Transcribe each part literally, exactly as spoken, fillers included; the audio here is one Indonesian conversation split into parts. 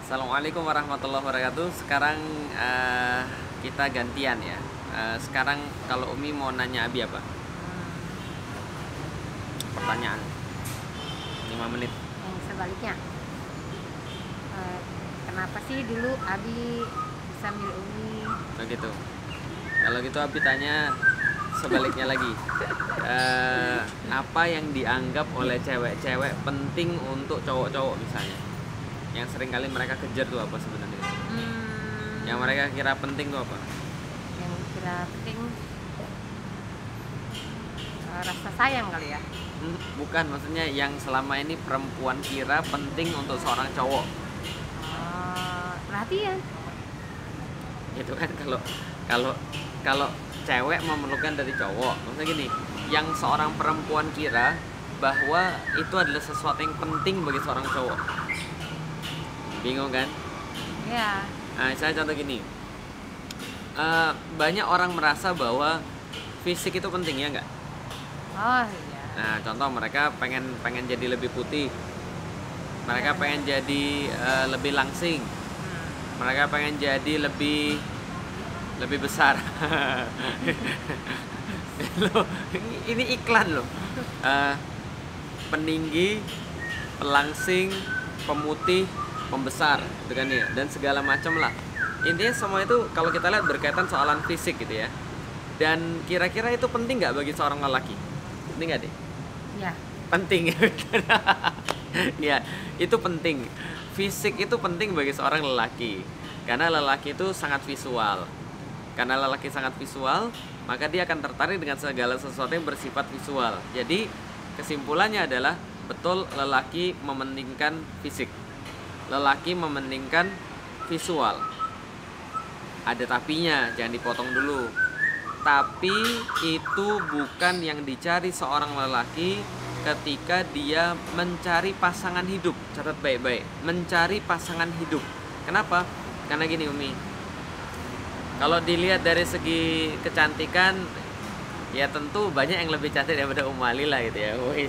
Assalamualaikum warahmatullahi wabarakatuh. Sekarang eh, kita gantian ya. Eh, sekarang kalau Umi mau nanya Abi apa? Pertanyaan lima menit. Yang sebaliknya, eh, kenapa sih dulu Abi bisa milih Umi? Begitu. Kalau gitu Abi tanya sebaliknya lagi. Eh, apa yang dianggap oleh cewek-cewek penting untuk cowok-cowok misalnya? Yang sering kali mereka kejar tuh apa sebenarnya? Hmm, Yang mereka kira penting tuh apa? yang kira penting eh, rasa sayang kali ya. Hmm, bukan, maksudnya yang selama ini perempuan kira penting untuk seorang cowok. Eh, perhatian. Gitu kan, kalau kalau kalau cewek memerlukan dari cowok, maksudnya gini, yang seorang perempuan kira bahwa itu adalah sesuatu yang penting bagi seorang cowok. Bingung kan? Ya. Nah, saya contoh gini, Eh, banyak orang merasa bahwa fisik itu penting, ya nggak? Oh iya. Nah, contoh mereka pengen pengen jadi lebih putih, mereka Ya, pengen jadi eh, lebih langsing, Hmm. mereka pengen jadi lebih lebih besar. Loh, ini iklan loh. Eh, peninggi, pelangsing, pemutih, pembesar, gitu kan ya, dan segala macam lah. Intinya semua itu kalau kita lihat berkaitan soalan fisik gitu ya. Dan kira-kira itu penting nggak bagi seorang lelaki? Penting nggak deh? Ya. Penting. Ya, itu penting. Fisik itu penting bagi seorang lelaki, karena lelaki itu sangat visual. Karena lelaki sangat visual, maka dia akan tertarik dengan segala sesuatu yang bersifat visual. Jadi kesimpulannya adalah betul, lelaki mementingkan fisik, lelaki mementingkan visual. Ada tapinya, jangan dipotong dulu. Tapi itu bukan yang dicari seorang lelaki ketika dia mencari pasangan hidup. Catat baik-baik, mencari pasangan hidup. Kenapa? Karena gini Umi, kalau dilihat dari segi kecantikan, ya tentu banyak yang lebih cantik daripada Umali lah gitu ya. Wih,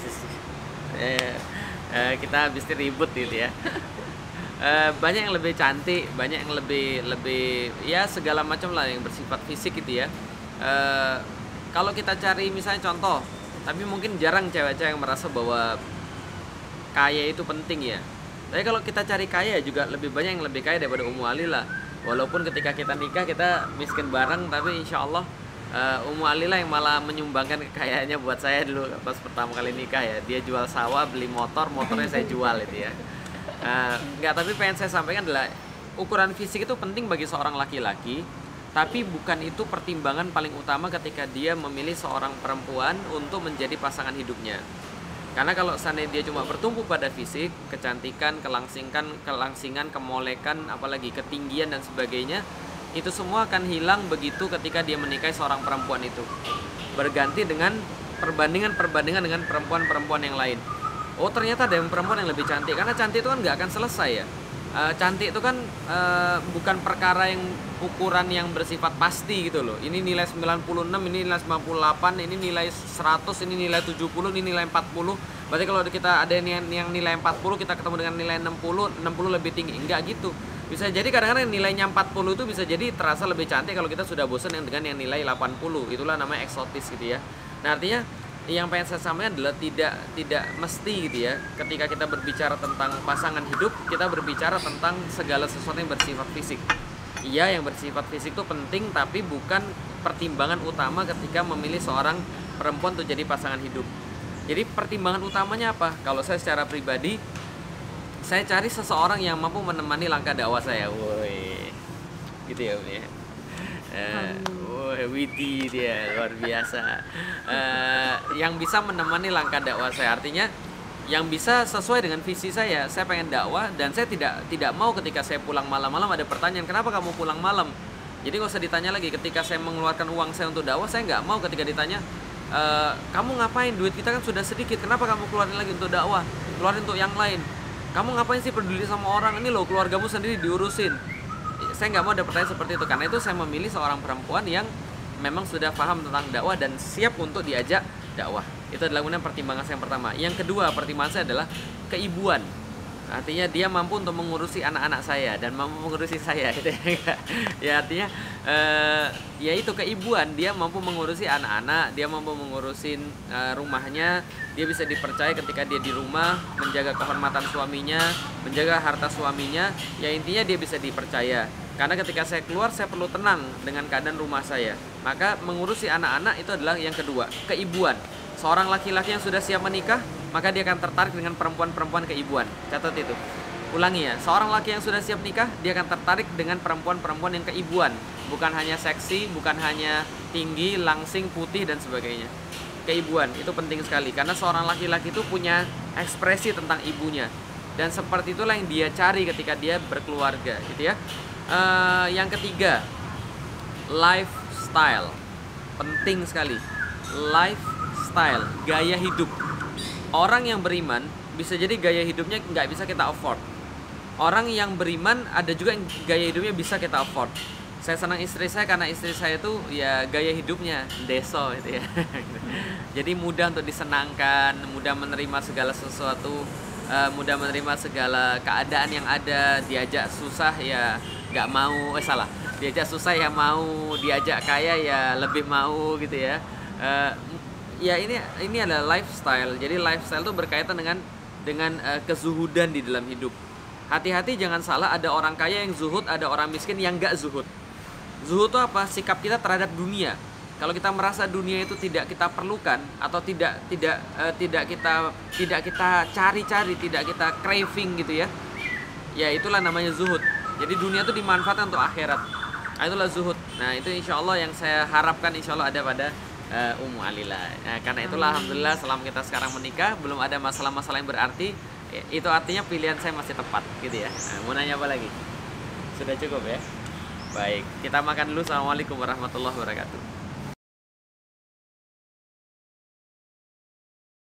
eh, eh, kita habis ribut gitu ya. Eh, banyak yang lebih cantik, banyak yang lebih lebih ya segala macam lah yang bersifat fisik gitu ya. Eh, kalau kita cari misalnya contoh, tapi mungkin jarang cewek-cewek yang merasa bahwa kaya itu penting ya. Tapi kalau kita cari kaya juga lebih banyak yang lebih kaya daripada Ummu Ali lah. Walaupun ketika kita nikah kita miskin bareng, tapi insya Allah uh, Ummu Ali lah yang malah menyumbangkan kekayaannya buat saya dulu pas pertama kali nikah ya. Dia jual sawah, beli motor, motornya saya jual itu ya. Uh, nggak, tapi pengen saya sampaikan adalah ukuran fisik itu penting bagi seorang laki-laki, tapi bukan itu pertimbangan paling utama ketika dia memilih seorang perempuan untuk menjadi pasangan hidupnya. Karena kalau seandainya dia cuma bertumpu pada fisik, kecantikan, kelangsingan, kelangsingan, kemolekan, apalagi ketinggian dan sebagainya, itu semua akan hilang begitu ketika dia menikahi seorang perempuan itu. Berganti dengan perbandingan-perbandingan dengan perempuan-perempuan yang lain. Oh, ternyata ada yang perempuan yang lebih cantik. Karena cantik itu kan nggak akan selesai ya. E, cantik itu kan e, bukan perkara yang ukuran yang bersifat pasti gitu loh. Ini nilai sembilan puluh enam, ini nilai sembilan puluh delapan, ini nilai seratus, ini nilai tujuh puluh, ini nilai empat puluh. Berarti kalau kita ada yang, yang nilai empat puluh, kita ketemu dengan nilai enam puluh, enam puluh lebih tinggi. Enggak gitu. Bisa jadi kadang-kadang nilainya empat puluh itu bisa jadi terasa lebih cantik kalau kita sudah bosan dengan yang nilai delapan puluh. Itulah namanya eksotis gitu ya. Nah, artinya yang pengen saya sampaikan adalah tidak tidak mesti gitu ya, ketika kita berbicara tentang pasangan hidup, kita berbicara tentang segala sesuatu yang bersifat fisik. Iya, yang bersifat fisik itu penting, tapi bukan pertimbangan utama ketika memilih seorang perempuan untuk jadi pasangan hidup. Jadi pertimbangan utamanya apa? Kalau saya secara pribadi, saya cari seseorang yang mampu menemani langkah dakwah saya. Woi, gitu ya Umi ya. Eh, oh, witty dia luar biasa. Eh, yang bisa menemani langkah dakwah saya, artinya yang bisa sesuai dengan visi saya. Saya pengen dakwah dan saya tidak tidak mau ketika saya pulang malam-malam ada pertanyaan, kenapa kamu pulang malam? Jadi nggak usah ditanya lagi ketika saya mengeluarkan uang saya untuk dakwah. Saya nggak mau ketika ditanya, e, kamu ngapain, duit kita kan sudah sedikit, kenapa kamu keluarin lagi untuk dakwah, keluarin untuk yang lain. Kamu ngapain sih peduli sama orang, ini loh keluargamu sendiri diurusin. Saya nggak mau ada pertanyaan seperti itu. Karena itu saya memilih seorang perempuan yang memang sudah paham tentang dakwah dan siap untuk diajak dakwah. Itu adalah kemudian pertimbangan saya yang pertama. Yang kedua pertimbangan saya adalah keibuan. Artinya dia mampu untuk mengurusi anak-anak saya dan mampu mengurusi saya gitu ya. Ya artinya eh, ya itu keibuan, dia mampu mengurusi anak-anak, dia mampu mengurusin eh, rumahnya, dia bisa dipercaya ketika dia di rumah, menjaga kehormatan suaminya, menjaga harta suaminya, ya intinya dia bisa dipercaya. Karena ketika saya keluar saya perlu tenang dengan keadaan rumah saya. Maka mengurusi anak-anak itu adalah yang kedua, keibuan. Seorang laki-laki yang sudah siap menikah, maka dia akan tertarik dengan perempuan-perempuan keibuan. Catat itu. Ulangi ya, seorang laki yang sudah siap nikah, dia akan tertarik dengan perempuan-perempuan yang keibuan. Bukan hanya seksi, bukan hanya tinggi, langsing, putih, dan sebagainya. Keibuan, itu penting sekali. Karena seorang laki-laki itu punya ekspresi tentang ibunya. Dan seperti itulah yang dia cari ketika dia berkeluarga, gitu ya. Uh, yang ketiga, lifestyle. Penting sekali. Lifestyle, gaya hidup. Orang yang beriman bisa jadi gaya hidupnya nggak bisa kita afford. Orang yang beriman ada juga yang gaya hidupnya bisa kita afford. Saya senang istri saya karena istri saya itu ya gaya hidupnya deso gitu ya. Jadi mudah untuk disenangkan, mudah menerima segala sesuatu, uh, mudah menerima segala keadaan yang ada. Diajak susah ya nggak mau, eh salah. Diajak susah ya mau, diajak kaya ya lebih mau gitu ya. Uh, Ya ini ini adalah lifestyle. Jadi lifestyle itu berkaitan dengan dengan uh, kezuhudan di dalam hidup. Hati-hati jangan salah, ada orang kaya yang zuhud, ada orang miskin yang gak zuhud. Zuhud itu apa? Sikap kita terhadap dunia. Kalau kita merasa dunia itu tidak kita perlukan atau tidak tidak uh, tidak kita tidak kita cari-cari, tidak kita craving gitu ya. Ya itulah namanya zuhud. Jadi dunia itu dimanfaatkan untuk akhirat. Nah, itulah zuhud. Nah itu insya Allah yang saya harapkan insya Allah ada pada Uh, Ummu Alila. Nah, karena itulah alhamdulillah selama kita sekarang menikah belum ada masalah-masalah yang berarti, itu artinya pilihan saya masih tepat gitu ya. Nah, mau nanya apa lagi? Sudah cukup ya? Baik, kita makan dulu. Assalamualaikum warahmatullahi wabarakatuh.